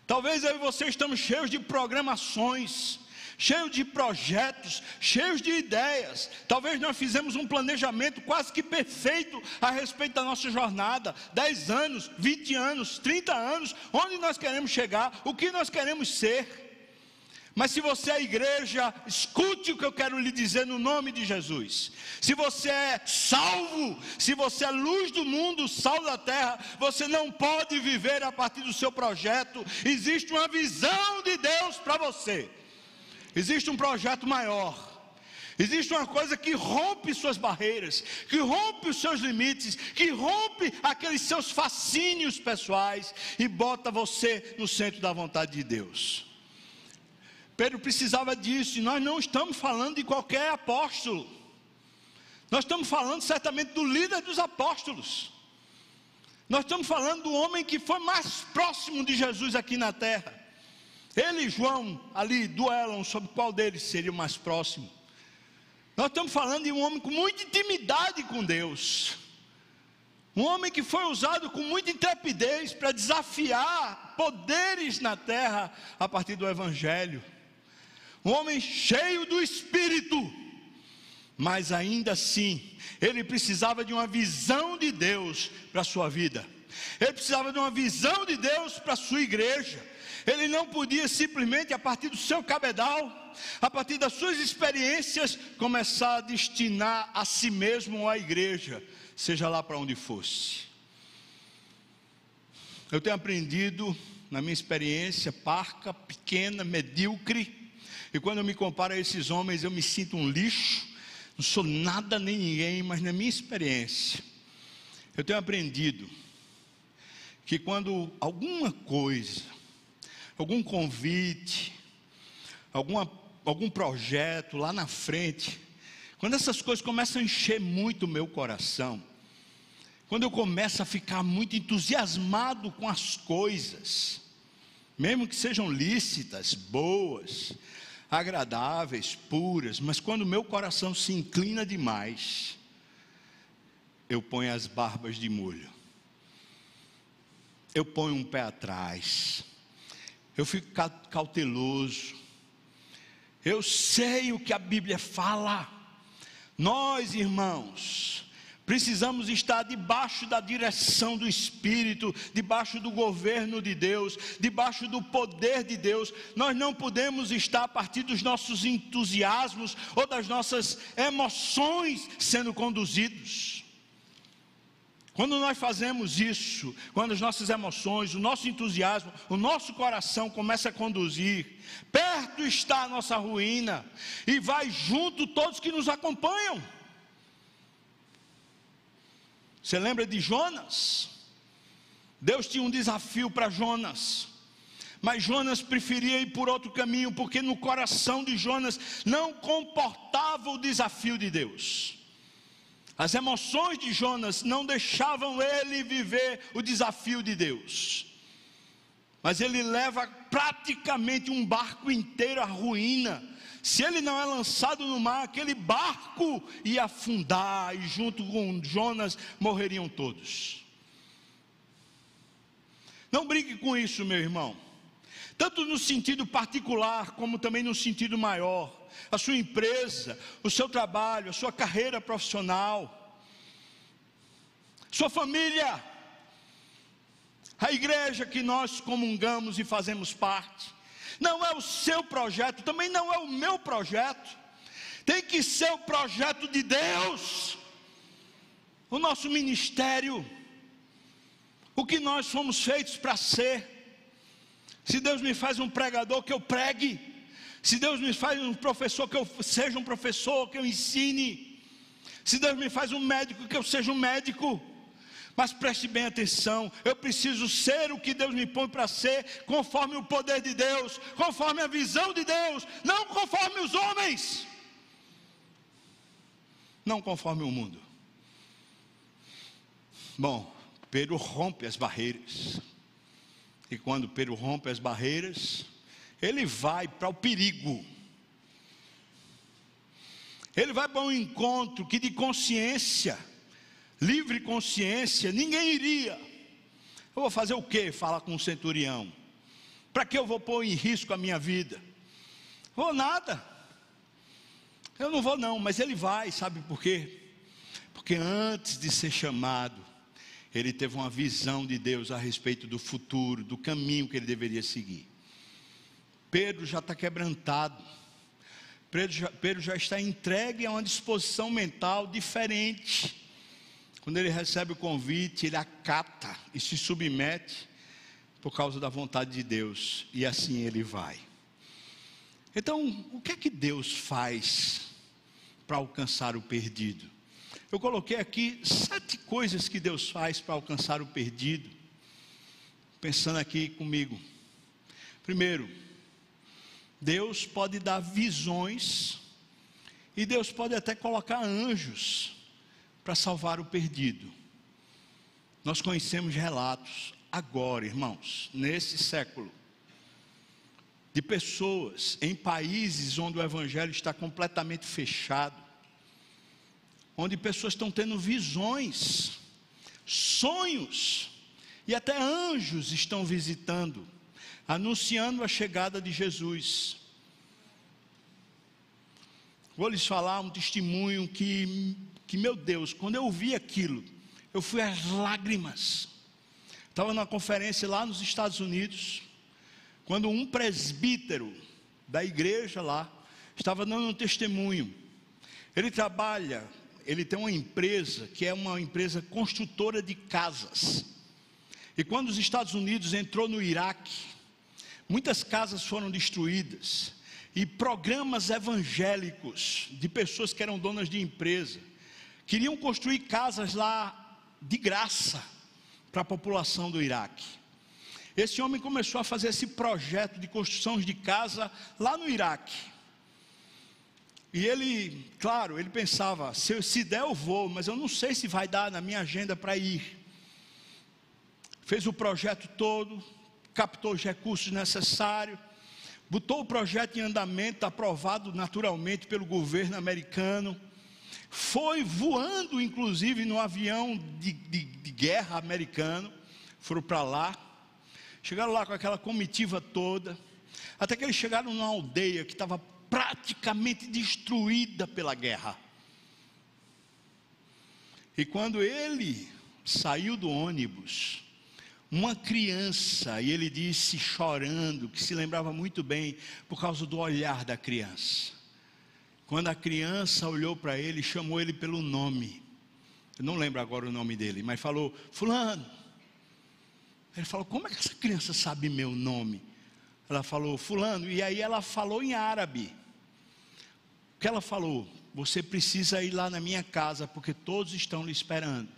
Talvez eu e você estamos cheios de programações, cheios de projetos, cheios de ideias. Talvez nós fizemos um planejamento quase que perfeito a respeito da nossa jornada, 10 anos, 20 anos, 30 anos, onde nós queremos chegar, o que nós queremos ser. Mas se você é igreja, escute o que eu quero lhe dizer no nome de Jesus. Se você é salvo, se você é luz do mundo, sal da terra, você não pode viver a partir do seu projeto. Existe uma visão de Deus para você. Existe um projeto maior. Existe uma coisa que rompe suas barreiras, que rompe os seus limites, que rompe aqueles seus fascínios pessoais e bota você no centro da vontade de Deus. Pedro precisava disso, e nós não estamos falando de qualquer apóstolo. Nós estamos falando certamente do líder dos apóstolos. Nós estamos falando do homem que foi mais próximo de Jesus aqui na terra. Ele e João ali duelam sobre qual deles seria o mais próximo. Nós estamos falando de um homem com muita intimidade com Deus. Um homem que foi usado com muita intrepidez para desafiar poderes na terra a partir do Evangelho. Um homem cheio do Espírito, mas ainda assim, ele precisava de uma visão de Deus para a sua vida. Ele precisava de uma visão de Deus para a sua igreja. Ele não podia simplesmente, a partir do seu cabedal, a partir das suas experiências, começar a destinar a si mesmo ou à igreja, seja lá para onde fosse. Eu tenho aprendido, na minha experiência parca, pequena, medíocre, e quando eu me comparo a esses homens, eu me sinto um lixo, não sou nada nem ninguém, mas na minha experiência, eu tenho aprendido que quando alguma coisa, algum convite, algum projeto lá na frente, quando essas coisas começam a encher muito o meu coração, quando eu começo a ficar muito entusiasmado com as coisas, mesmo que sejam lícitas, boas, agradáveis, puras, mas quando o meu coração se inclina demais, eu ponho as barbas de molho, eu ponho um pé atrás, eu fico cauteloso. Eu sei o que a Bíblia fala. Nós, irmãos, precisamos estar debaixo da direção do Espírito, debaixo do governo de Deus, debaixo do poder de Deus. Nós não podemos estar a partir dos nossos entusiasmos ou das nossas emoções sendo conduzidos. Quando nós fazemos isso, quando as nossas emoções, o nosso entusiasmo, o nosso coração começa a conduzir, perto está a nossa ruína, e vai junto todos que nos acompanham. Você lembra de Jonas? Deus tinha um desafio para Jonas, mas Jonas preferia ir por outro caminho, porque no coração de Jonas não comportava o desafio de Deus. As emoções de Jonas não deixavam ele viver o desafio de Deus. Mas ele leva praticamente um barco inteiro à ruína. Se ele não é lançado no mar, aquele barco ia afundar, e junto com Jonas morreriam todos. Não brinque com isso, meu irmão. Tanto no sentido particular, como também no sentido maior. A sua empresa, o seu trabalho, a sua carreira profissional, sua família, a igreja que nós comungamos e fazemos parte. Não é o seu projeto, também não é o meu projeto. Tem que ser o projeto de Deus. O nosso ministério, o que nós fomos feitos para ser. Se Deus me faz um pregador, que eu pregue. Se Deus me faz um professor, que eu seja um professor, que eu ensine. Se Deus me faz um médico, que eu seja um médico. Mas preste bem atenção, eu preciso ser o que Deus me põe para ser, conforme o poder de Deus, conforme a visão de Deus, não conforme os homens, não conforme o mundo. Bom, Pedro rompe as barreiras, e quando Pedro rompe as barreiras, ele vai para o perigo. Ele vai para um encontro que de consciência, livre consciência, ninguém iria. Eu vou fazer o quê? Fala com o centurião. Para que eu vou pôr em risco a minha vida? Vou nada. Eu não vou não, mas ele vai, sabe por quê? Porque antes de ser chamado, ele teve uma visão de Deus a respeito do futuro, do caminho que ele deveria seguir. Pedro já está quebrantado. Pedro já está entregue a uma disposição mental diferente. Quando ele recebe o convite, ele acata e se submete por causa da vontade de Deus. E assim ele vai. Então, o que é que Deus faz para alcançar o perdido? Eu coloquei aqui 7 coisas que Deus faz para alcançar o perdido. Pensando aqui comigo. Primeiro, Deus pode dar visões, e Deus pode até colocar anjos para salvar o perdido. Nós conhecemos relatos agora, irmãos, nesse século, de pessoas em países onde o evangelho está completamente fechado, onde pessoas estão tendo visões, sonhos, e até anjos estão visitando, anunciando a chegada de Jesus. Vou lhes falar um testemunho que meu Deus, quando eu ouvi aquilo, eu fui às lágrimas. Estava numa conferência lá nos Estados Unidos, quando um presbítero da igreja lá, estava dando um testemunho. Ele tem uma empresa, que é uma empresa construtora de casas, e quando os Estados Unidos entrou no Iraque, muitas casas foram destruídas, e programas evangélicos, de pessoas que eram donas de empresa, queriam construir casas lá, de graça, para a população do Iraque. Esse homem começou a fazer esse projeto de construção de casa, lá no Iraque, e ele, claro, ele pensava, se der eu vou, mas eu não sei se vai dar na minha agenda para ir. Fez o projeto todo, captou os recursos necessários, botou o projeto em andamento, aprovado naturalmente pelo governo americano, foi voando inclusive no avião de guerra americano, foram para lá, chegaram lá com aquela comitiva toda, até que eles chegaram numa aldeia que estava praticamente destruída pela guerra. E quando ele saiu do ônibus, uma criança, e ele disse chorando, que se lembrava muito bem, por causa do olhar da criança. Quando a criança olhou para ele, chamou ele pelo nome, eu não lembro agora o nome dele, mas falou, fulano. Ele falou, como é que essa criança sabe meu nome? Ela falou, fulano, e aí ela falou em árabe. O que ela falou? Você precisa ir lá na minha casa, porque todos estão lhe esperando.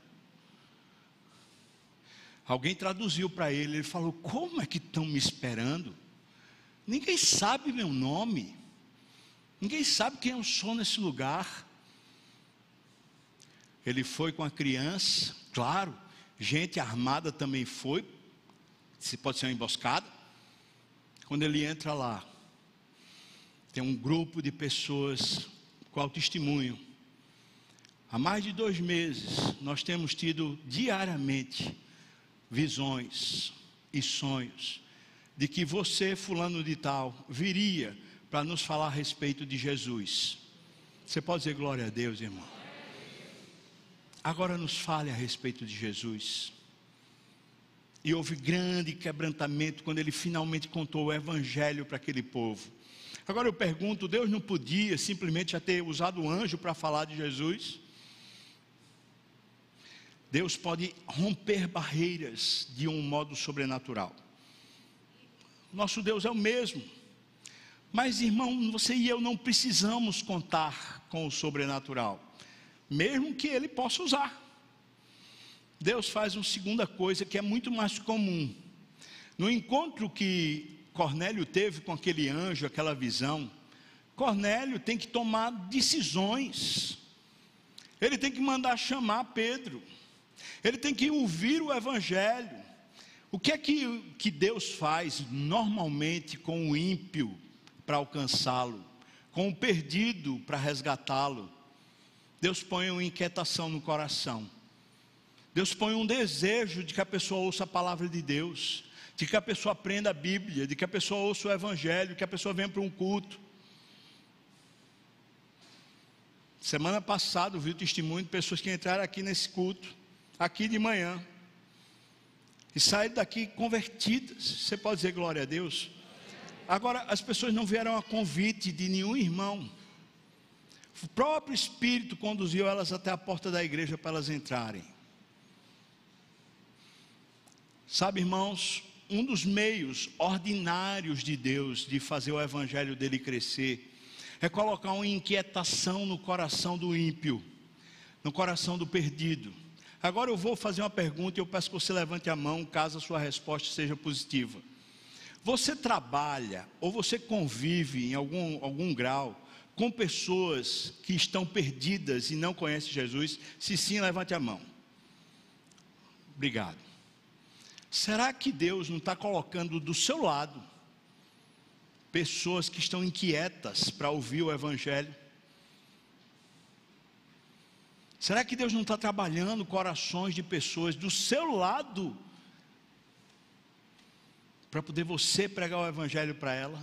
Alguém traduziu para ele, ele falou, como é que estão me esperando? Ninguém sabe meu nome, ninguém sabe quem eu sou nesse lugar. Ele foi com a criança, claro, gente armada também foi, se pode ser uma emboscada. Quando ele entra lá, tem um grupo de pessoas, qual testemunho, há mais de 2 meses, nós temos tido diariamente visões e sonhos, de que você, fulano de tal, viria para nos falar a respeito de Jesus. Você pode dizer glória a Deus, irmão? Agora nos fale a respeito de Jesus. E houve grande quebrantamento quando ele finalmente contou o evangelho para aquele povo. Agora eu pergunto, Deus não podia simplesmente já ter usado o anjo para falar de Jesus? Deus pode romper barreiras de um modo sobrenatural. Nosso Deus é o mesmo. Mas irmão, você e eu não precisamos contar com o sobrenatural, mesmo que Ele possa usar. Deus faz uma segunda coisa que é muito mais comum. No encontro que Cornélio teve com aquele anjo, aquela visão, Cornélio tem que tomar decisões. Ele tem que mandar chamar Pedro. Ele tem que ouvir o evangelho. O que é que Deus faz normalmente com o ímpio para alcançá-lo, com o perdido para resgatá-lo? Deus põe uma inquietação no coração. Deus põe um desejo de que a pessoa ouça a palavra de Deus. de que a pessoa aprenda a Bíblia, de que a pessoa ouça o Evangelho, que a pessoa venha para um culto. Semana passada eu vi o testemunho de pessoas que entraram aqui nesse culto, aqui de manhã, e saíram daqui convertidas. Você pode dizer glória a Deus? Agora, as pessoas não vieram a convite de nenhum irmão. O próprio Espírito conduziu elas até a porta da igreja para elas entrarem. Sabe, irmãos, um dos meios ordinários de Deus de fazer o evangelho dele crescer é colocar uma inquietação no coração do ímpio, no coração do perdido. Agora eu vou fazer uma pergunta e eu peço que você levante a mão caso a sua resposta seja positiva. Você trabalha ou você convive em algum grau com pessoas que estão perdidas e não conhecem Jesus? Se sim, levante a mão. Obrigado. Será que Deus não está colocando do seu lado pessoas que estão inquietas para ouvir o Evangelho? Será que Deus não está trabalhando corações de pessoas do seu lado para poder você pregar o Evangelho para ela?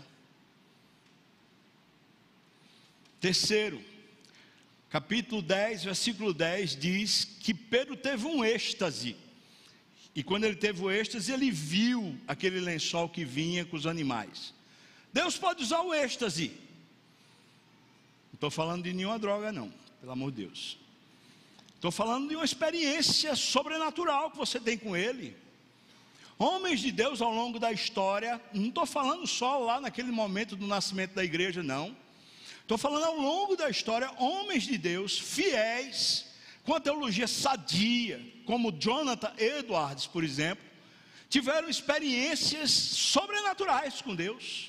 Terceiro, capítulo 10, versículo 10 diz que Pedro teve um êxtase. E quando ele teve o êxtase, ele viu aquele lençol que vinha com os animais. Deus pode usar o êxtase. Não estou falando de nenhuma droga não, pelo amor de Deus. Estou falando de uma experiência sobrenatural que você tem com Ele. Homens de Deus ao longo da história, não estou falando só lá naquele momento do nascimento da igreja não. Estou falando ao longo da história, homens de Deus fiéis, com a teologia sadia, como Jonathan Edwards, por exemplo, tiveram experiências sobrenaturais com Deus.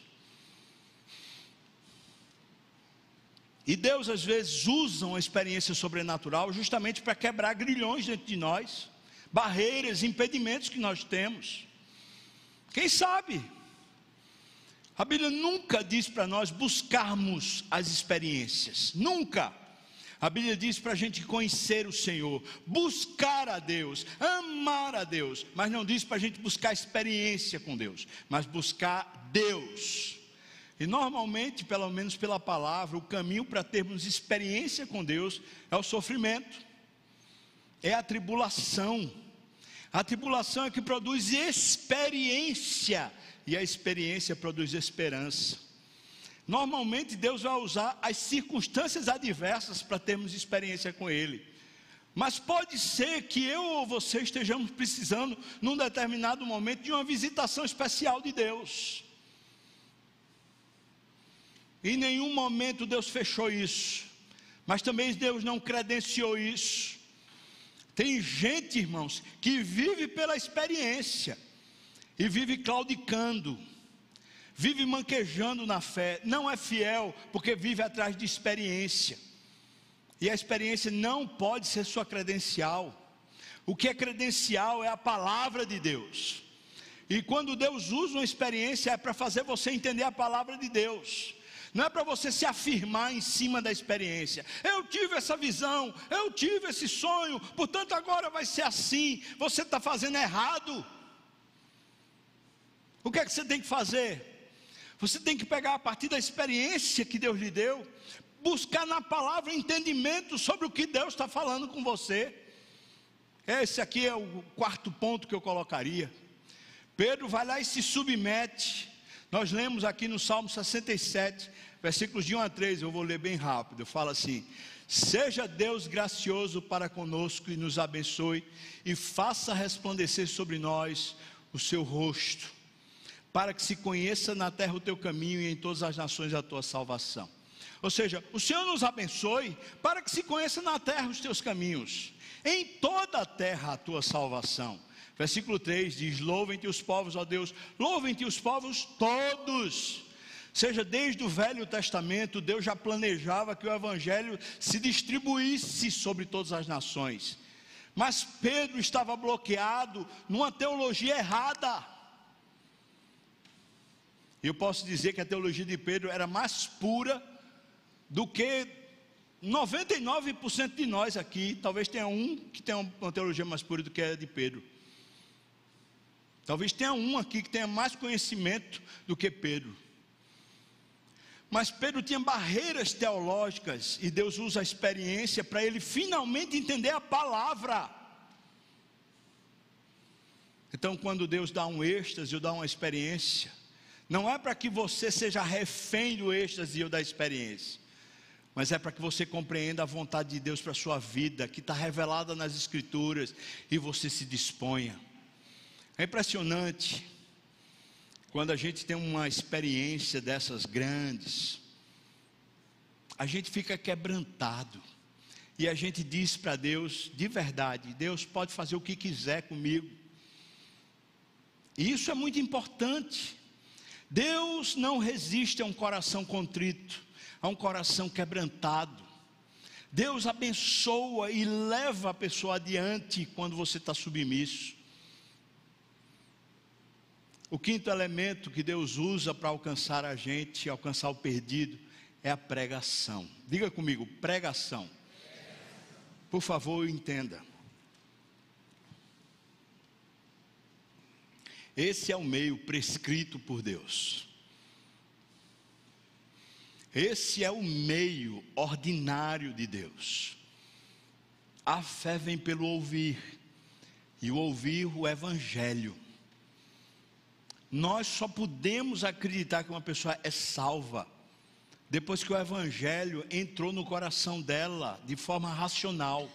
E Deus às vezes usa uma experiência sobrenatural justamente para quebrar grilhões dentro de nós, barreiras, impedimentos que nós temos. Quem sabe? A Bíblia nunca diz para nós buscarmos as experiências, nunca. A Bíblia diz para a gente conhecer o Senhor, buscar a Deus, amar a Deus, mas não diz para a gente buscar experiência com Deus, mas buscar Deus. E normalmente, pelo menos pela palavra, o caminho para termos experiência com Deus é o sofrimento, é a tribulação. A tribulação é que produz experiência, e a experiência produz esperança. Normalmente Deus vai usar as circunstâncias adversas para termos experiência com Ele. Mas pode ser que eu ou você estejamos precisando, num determinado momento, de uma visitação especial de Deus. Em nenhum momento Deus fechou isso, mas também Deus não credenciou isso. Tem gente, irmãos, que vive pela experiência, e vive claudicando, vive manquejando na fé, não é fiel, porque vive atrás de experiência, e a experiência não pode ser sua credencial. O que é credencial é a palavra de Deus, e quando Deus usa uma experiência é para fazer você entender a palavra de Deus, não é para você se afirmar em cima da experiência. Eu tive essa visão, eu tive esse sonho, portanto agora vai ser assim. Você está fazendo errado. O que é que você tem que fazer? Você tem que pegar a partir da experiência que Deus lhe deu, buscar na palavra entendimento sobre o que Deus está falando com você. Esse aqui é o quarto ponto que eu colocaria. Pedro vai lá e se submete. Nós lemos aqui no Salmo 67, versículos de 1 a 3, eu vou ler bem rápido, fala assim: seja Deus gracioso para conosco e nos abençoe, e faça resplandecer sobre nós o seu rosto, para que se conheça na terra o teu caminho e em todas as nações a tua salvação. Ou seja, o Senhor nos abençoe, para que se conheça na terra os teus caminhos, em toda a terra a tua salvação. Versículo 3 diz: louvem-te os povos, ó Deus, louvem-te os povos todos. Seja, desde o Velho Testamento, Deus já planejava que o Evangelho se distribuísse sobre todas as nações. Mas Pedro estava bloqueado numa teologia errada. Eu posso dizer que a teologia de Pedro era mais pura do que 99% de nós aqui. Talvez tenha um que tenha uma teologia mais pura do que a de Pedro. Talvez tenha um aqui que tenha mais conhecimento do que Pedro. Mas Pedro tinha barreiras teológicas e Deus usa a experiência para ele finalmente entender a palavra. Então, quando Deus dá um êxtase ou dá uma experiência, não é para que você seja refém do êxtase ou da experiência, mas é para que você compreenda a vontade de Deus para a sua vida, que está revelada nas Escrituras, e você se disponha. É impressionante quando a gente tem uma experiência dessas grandes, a gente fica quebrantado, e a gente diz para Deus, de verdade, Deus pode fazer o que quiser comigo. E isso é muito importante. Deus não resiste a um coração contrito, a um coração quebrantado. Deus abençoa e leva a pessoa adiante quando você está submisso. O quinto elemento que Deus usa para alcançar a gente, alcançar o perdido, é a pregação. Diga comigo, pregação. Por favor, entenda. Esse é o meio prescrito por Deus. Esse é o meio ordinário de Deus. A fé vem pelo ouvir, e o ouvir o Evangelho. Nós só podemos acreditar que uma pessoa é salva depois que o Evangelho entrou no coração dela de forma racional.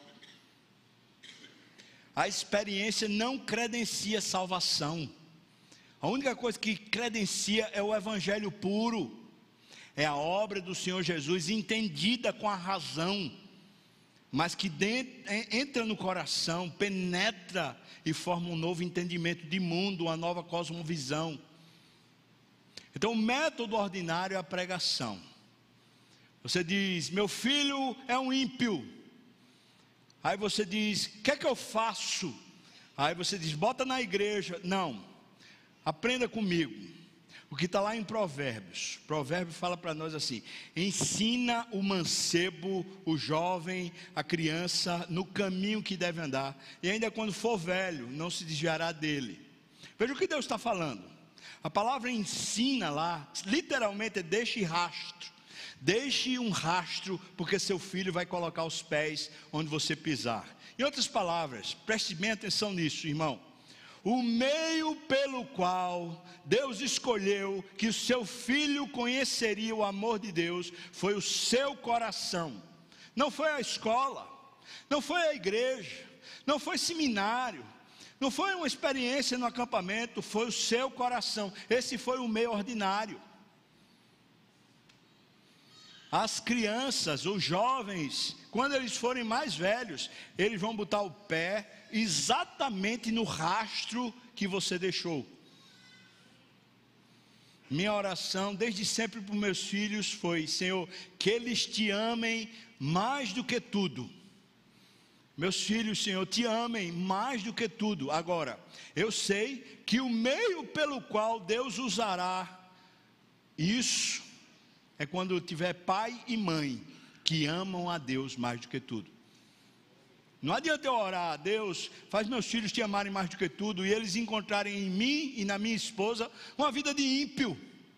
A experiência não credencia salvação. A única coisa que credencia é o Evangelho puro, é a obra do Senhor Jesus entendida com a razão, mas que entra no coração, penetra e forma um novo entendimento de mundo, uma nova cosmovisão. Então o método ordinário é a pregação. Você diz, meu filho é um ímpio. Aí você diz, o que é que eu faço? Aí você diz, bota na igreja. Não. Aprenda comigo, o que está lá em Provérbios. Provérbio fala para nós assim: ensina o mancebo, o jovem, a criança no caminho que deve andar, e ainda quando for velho, não se desviará dele. Veja o que Deus está falando. A palavra ensina lá, literalmente é deixe rastro. Deixe um rastro, porque seu filho vai colocar os pés onde você pisar. Em outras palavras, preste bem atenção nisso, irmão. O meio pelo qual Deus escolheu que o seu filho conheceria o amor de Deus foi o seu coração. Não foi a escola, não foi a igreja, não foi seminário, não foi uma experiência no acampamento, foi o seu coração. Esse foi o meio ordinário. As crianças, os jovens, quando eles forem mais velhos, eles vão botar o pé exatamente no rastro que você deixou. Minha oração desde sempre para os meus filhos foi: Senhor, que eles te amem mais do que tudo. Meus filhos, Senhor, te amem mais do que tudo. Agora, eu sei que o meio pelo qual Deus usará isso é quando tiver pai e mãe que amam a Deus mais do que tudo. Não adianta eu orar a Deus, faz meus filhos te amarem mais do que tudo, e eles encontrarem em mim e na minha esposa uma vida de ímpio.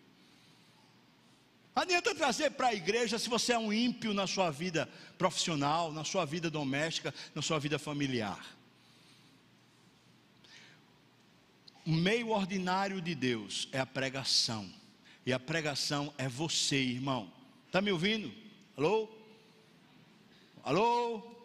Não adianta trazer para a igreja se você é um ímpio na sua vida profissional, na sua vida doméstica, na sua vida familiar. O meio ordinário de Deus é a pregação. E a pregação é você, irmão. Está me ouvindo? Alô? Alô?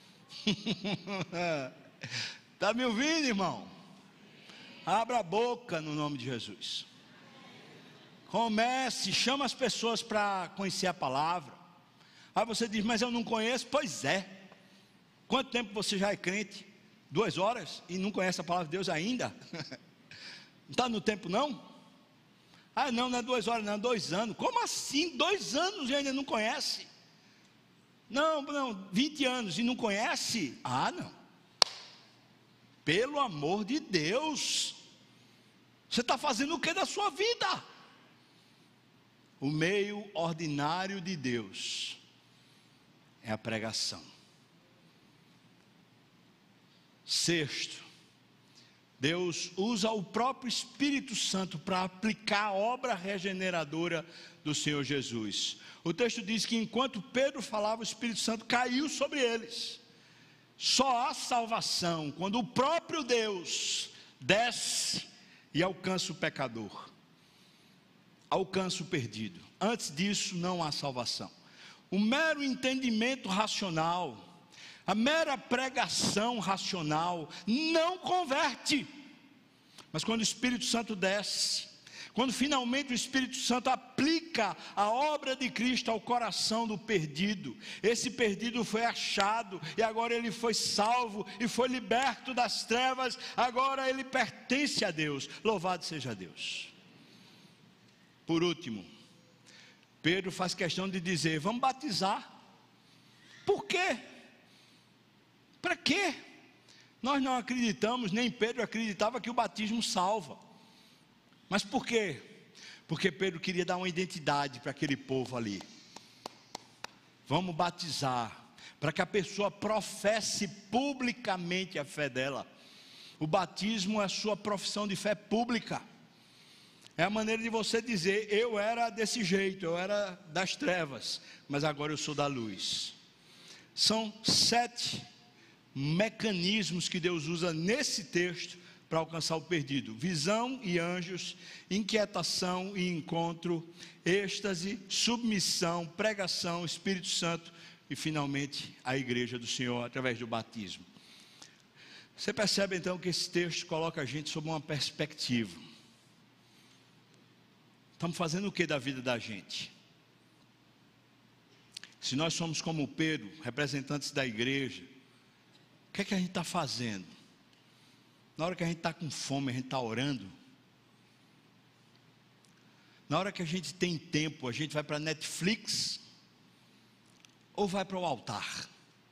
Está me ouvindo, irmão? Abra a boca no nome de Jesus. Comece, chama as pessoas para conhecer a palavra. Aí você diz, mas eu não conheço. Pois é. Quanto tempo você já é crente? 2 horas e não conhece a palavra de Deus ainda? Não está no tempo não? Ah, não é 2 horas, não, 2 anos. Como assim? 2 anos e ainda não conhece? Não, 20 anos e não conhece? Ah, não. Pelo amor de Deus. Você está fazendo o que da sua vida? O meio ordinário de Deus é a pregação. Sexto, Deus usa o próprio Espírito Santo para aplicar a obra regeneradora do Senhor Jesus. O texto diz que enquanto Pedro falava, o Espírito Santo caiu sobre eles. Só há salvação quando o próprio Deus desce e alcança o pecador, alcança o perdido. Antes disso não há salvação. O mero entendimento racional, a mera pregação racional não converte. Mas quando o Espírito Santo desce, quando finalmente o Espírito Santo aplica a obra de Cristo ao coração do perdido, esse perdido foi achado, e agora ele foi salvo, e foi liberto das trevas, agora ele pertence a Deus. Louvado seja Deus. Por último, Pedro faz questão de dizer: vamos batizar. Por quê? Para quê? Nós não acreditamos, nem Pedro acreditava que o batismo salva. Mas por quê? Porque Pedro queria dar uma identidade para aquele povo ali. Vamos batizar, para que a pessoa professe publicamente a fé dela. O batismo é a sua profissão de fé pública. É a maneira de você dizer: eu era desse jeito, eu era das trevas, mas agora eu sou da luz. São 7 mecanismos que Deus usa nesse texto para alcançar o perdido: visão e anjos, inquietação e encontro, êxtase, submissão, pregação, Espírito Santo e finalmente a igreja do Senhor através do batismo. Você percebe então que esse texto coloca a gente sob uma perspectiva. Estamos fazendo o que da vida da gente? Se nós somos como Pedro, representantes da igreja, o que é que a gente está fazendo? Na hora que a gente está com fome, a gente está orando. Na hora que a gente tem tempo, a gente vai para a Netflix ou vai para o altar?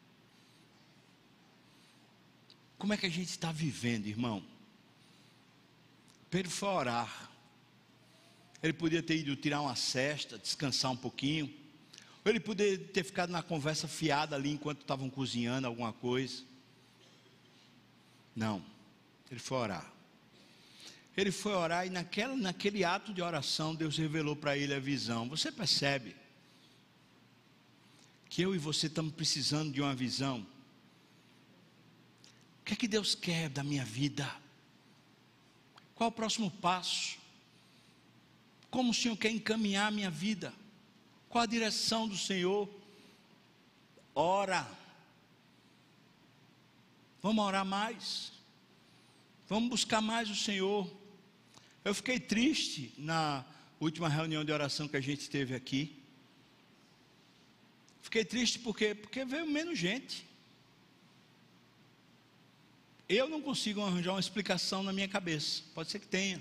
Como é que a gente está vivendo, irmão? Pedro foi orar. Ele podia ter ido tirar uma sesta, descansar um pouquinho. Ou ele poderia ter ficado na conversa fiada ali enquanto estavam cozinhando alguma coisa. Não, ele foi orar. Ele foi orar e naquele ato de oração Deus revelou para ele a visão. Você percebe que eu e você estamos precisando de uma visão? O que é que Deus quer da minha vida? Qual o próximo passo? Como o Senhor quer encaminhar a minha vida? Qual a direção do Senhor? Ora. Vamos orar mais. Vamos buscar mais o Senhor. Eu fiquei triste na última reunião de oração que a gente teve aqui. Fiquei triste porque veio menos gente. Eu não consigo arranjar uma explicação na minha cabeça. Pode ser que tenha.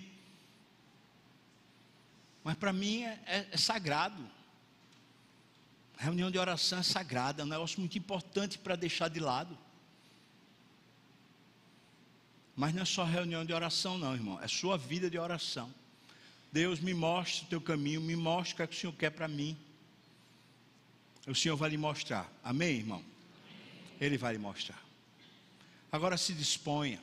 Mas para mim é sagrado. Reunião de oração é sagrada, é um negócio muito importante para deixar de lado. Mas não é só reunião de oração não, irmão, é sua vida de oração. Deus, me mostra o teu caminho, me mostra o que é que o Senhor quer para mim. O Senhor vai lhe mostrar, amém, irmão? Ele vai lhe mostrar. Agora se disponha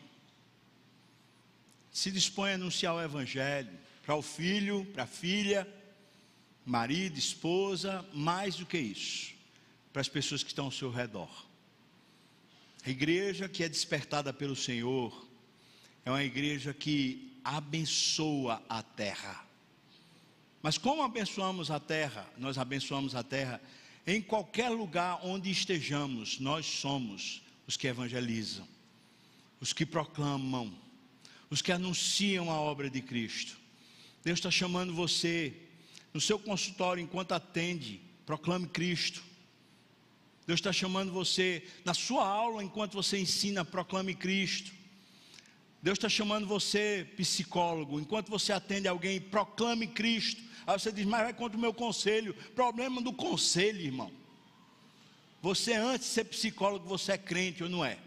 a anunciar o Evangelho, para o filho, para a filha, marido, esposa, mais do que isso, para as pessoas que estão ao seu redor. A igreja que é despertada pelo Senhor, é uma igreja que abençoa a terra. Mas como abençoamos a terra? Nós abençoamos a terra em qualquer lugar onde estejamos. Nós somos os que evangelizam, os que proclamam, os que anunciam a obra de Cristo. Deus está chamando você no seu consultório enquanto atende, proclame Cristo. Deus está chamando você na sua aula enquanto você ensina, proclame Cristo. Deus está chamando você, psicólogo, enquanto você atende alguém, proclame Cristo. Aí você diz: mas vai contra o meu conselho. Problema do conselho, irmão. Você, antes de ser psicólogo, você é crente ou não é?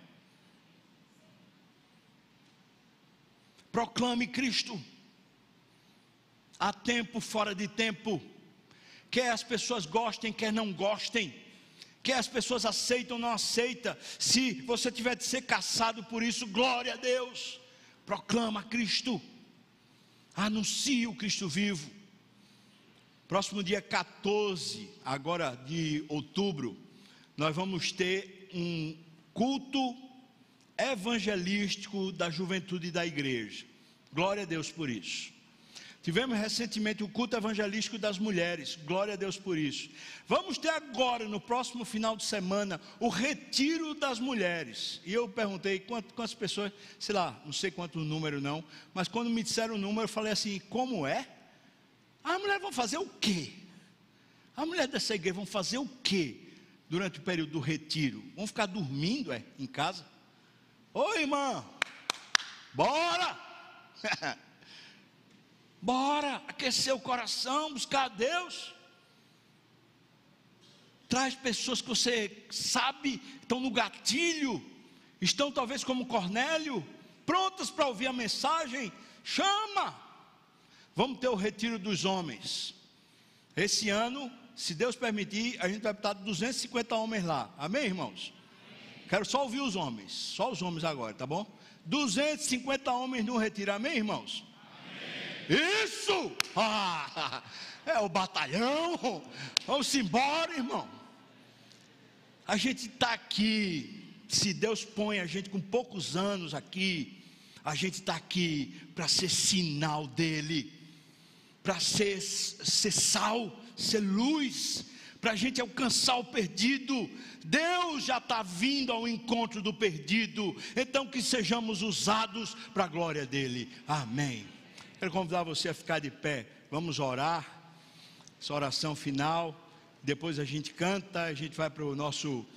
Proclame Cristo. Há tempo, fora de tempo. Quer as pessoas gostem, quer não gostem. Quer as pessoas aceitam ou não aceitam. Se você tiver de ser caçado por isso, glória a Deus. proclama Cristo, anuncia o Cristo vivo. Próximo dia 14, agora de outubro, nós vamos ter um culto evangelístico da juventude da igreja. Glória a Deus por isso. Tivemos recentemente o culto evangelístico das mulheres. Glória a Deus por isso. Vamos ter agora, no próximo final de semana, o retiro das mulheres. E eu perguntei quantas pessoas, sei lá, não sei quanto o número não, mas quando me disseram o número, eu falei assim, como é? As mulheres vão fazer o quê? As mulheres dessa igreja vão fazer o quê durante o período do retiro? Vão ficar dormindo em casa? Ô irmã, bora! Bora aquecer o coração, buscar a Deus. Traz pessoas que você sabe, estão no gatilho, estão talvez como Cornélio, prontas para ouvir a mensagem. Chama. Vamos ter o retiro dos homens. Esse ano, se Deus permitir, a gente vai botar 250 homens lá. Amém, irmãos? Amém. Quero só ouvir os homens, só os homens agora, tá bom? 250 homens no retiro, amém, irmãos? Isso! É o batalhão. Vamos embora, irmão. A gente está aqui. Se Deus põe a gente com poucos anos aqui, a gente está aqui para ser sinal dele, para ser sal, ser luz, para a gente alcançar o perdido. Deus já está vindo ao encontro do perdido. Então que sejamos usados para a glória dele. Amém. Quero convidar você a ficar de pé. Vamos orar. Essa oração final. Depois a gente canta. A gente vai para a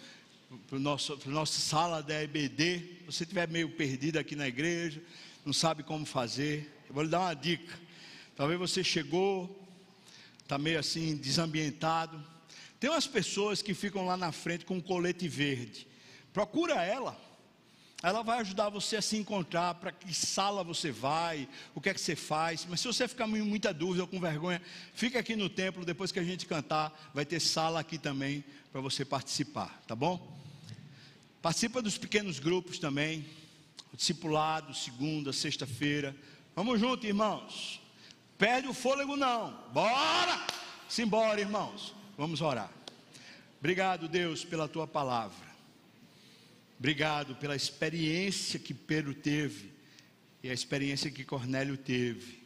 nossa sala da EBD. Se você estiver meio perdido aqui na igreja, não sabe como fazer, eu vou lhe dar uma dica. Talvez você chegou, está meio assim desambientado. Tem umas pessoas que ficam lá na frente com um colete verde. Procura ela. Ela vai ajudar você a se encontrar, para que sala você vai, o que é que você faz. Mas se você ficar com muita dúvida ou com vergonha, fica aqui no templo, depois que a gente cantar, vai ter sala aqui também, para você participar, tá bom? Participa dos pequenos grupos também, o discipulado, segunda, sexta-feira. Vamos junto, irmãos. Perde o fôlego não, bora! Simbora, irmãos, vamos orar. Obrigado, Deus, pela tua palavra. Obrigado pela experiência que Pedro teve e a experiência que Cornélio teve.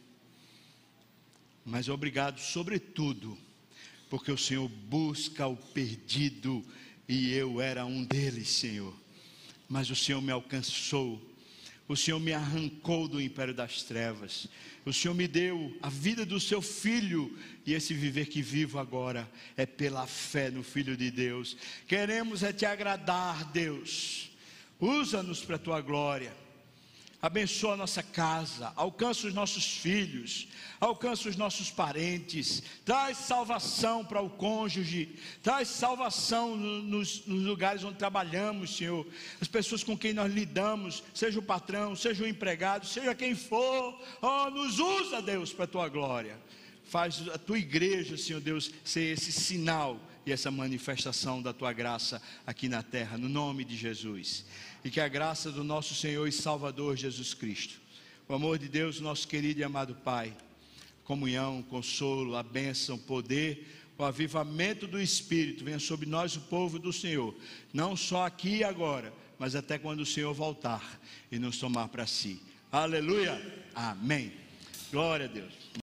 Mas obrigado sobretudo, porque o Senhor busca o perdido e eu era um deles, Senhor. Mas o Senhor me alcançou, o Senhor me arrancou do império das trevas. O Senhor me deu a vida do seu Filho, e esse viver que vivo agora é pela fé no Filho de Deus. Queremos te agradar, Deus. Usa-nos para a tua glória. Abençoa a nossa casa, alcança os nossos filhos, alcança os nossos parentes, traz salvação para o cônjuge, traz salvação nos lugares onde trabalhamos, Senhor, as pessoas com quem nós lidamos, seja o patrão, seja o empregado, seja quem for, nos usa, Deus, para a tua glória. Faz a tua igreja, Senhor Deus, ser esse sinal e essa manifestação da tua graça aqui na terra, no nome de Jesus. E que a graça do nosso Senhor e Salvador Jesus Cristo, o amor de Deus, nosso querido e amado Pai, comunhão, consolo, a bênção, poder, o avivamento do Espírito venha sobre nós, o povo do Senhor, não só aqui e agora, mas até quando o Senhor voltar e nos tomar para si. Aleluia, amém. Glória a Deus.